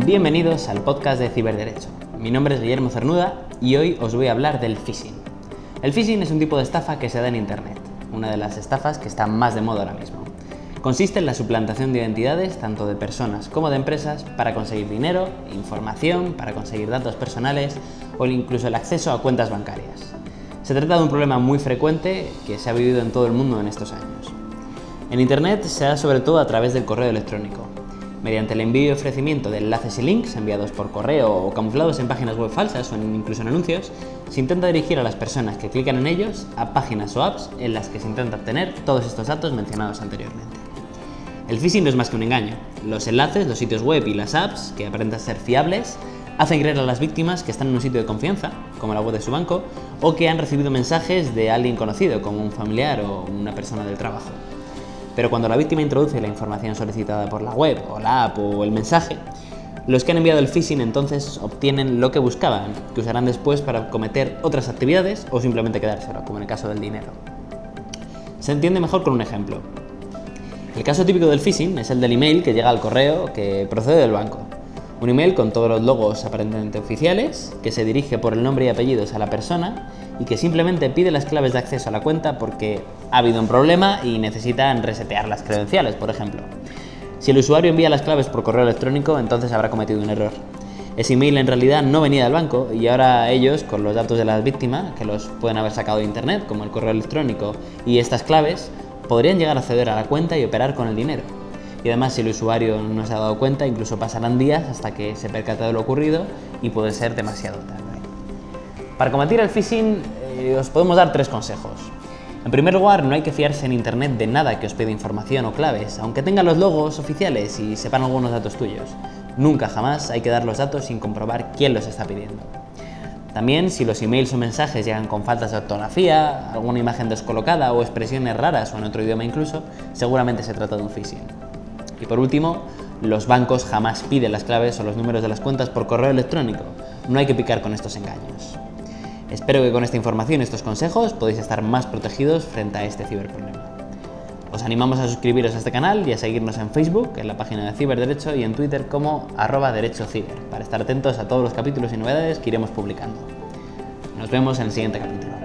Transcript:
Bienvenidos al podcast de Ciberderecho. Mi nombre es Guillermo Cernuda y hoy os voy a hablar del phishing. El phishing es un tipo de estafa que se da en Internet, una de las estafas que está más de moda ahora mismo. Consiste en la suplantación de identidades tanto de personas como de empresas para conseguir dinero, información, para conseguir datos personales o incluso el acceso a cuentas bancarias. Se trata de un problema muy frecuente que se ha vivido en todo el mundo en estos años. En Internet se da sobre todo a través del correo electrónico. Mediante el envío y ofrecimiento de enlaces y links enviados por correo o camuflados en páginas web falsas o incluso en anuncios, se intenta dirigir a las personas que clican en ellos a páginas o apps en las que se intenta obtener todos estos datos mencionados anteriormente. El phishing no es más que un engaño. Los enlaces, los sitios web y las apps, que aparentan ser fiables, hacen creer a las víctimas que están en un sitio de confianza, como la web de su banco, o que han recibido mensajes de alguien conocido, como un familiar o una persona del trabajo. Pero cuando la víctima introduce la información solicitada por la web o la app o el mensaje, los que han enviado el phishing entonces obtienen lo que buscaban, que usarán después para cometer otras actividades o simplemente quedárselo, como en el caso del dinero. Se entiende mejor con un ejemplo. El caso típico del phishing es el del email que llega al correo que procede del banco. Un email con todos los logos aparentemente oficiales, que se dirige por el nombre y apellidos a la persona y que simplemente pide las claves de acceso a la cuenta porque ha habido un problema y necesitan resetear las credenciales, por ejemplo. Si el usuario envía las claves por correo electrónico, entonces habrá cometido un error. Ese email en realidad no venía del banco y ahora ellos, con los datos de la víctima, que los pueden haber sacado de internet, como el correo electrónico y estas claves, podrían llegar a acceder a la cuenta y operar con el dinero. Y además, si el usuario no se ha dado cuenta, incluso pasarán días hasta que se percate de lo ocurrido y puede ser demasiado tarde. Para combatir el phishing, os podemos dar 3 consejos. En primer lugar, no hay que fiarse en internet de nada que os pida información o claves, aunque tengan los logos oficiales y sepan algunos datos tuyos. Nunca jamás hay que dar los datos sin comprobar quién los está pidiendo. También, si los emails o mensajes llegan con faltas de ortografía, alguna imagen descolocada o expresiones raras o en otro idioma incluso, seguramente se trata de un phishing. Y por último, los bancos jamás piden las claves o los números de las cuentas por correo electrónico. No hay que picar con estos engaños. Espero que con esta información y estos consejos podáis estar más protegidos frente a este ciberproblema. Os animamos a suscribiros a este canal y a seguirnos en Facebook, en la página de Ciberderecho y en Twitter como @derechociber, para estar atentos a todos los capítulos y novedades que iremos publicando. Nos vemos en el siguiente capítulo.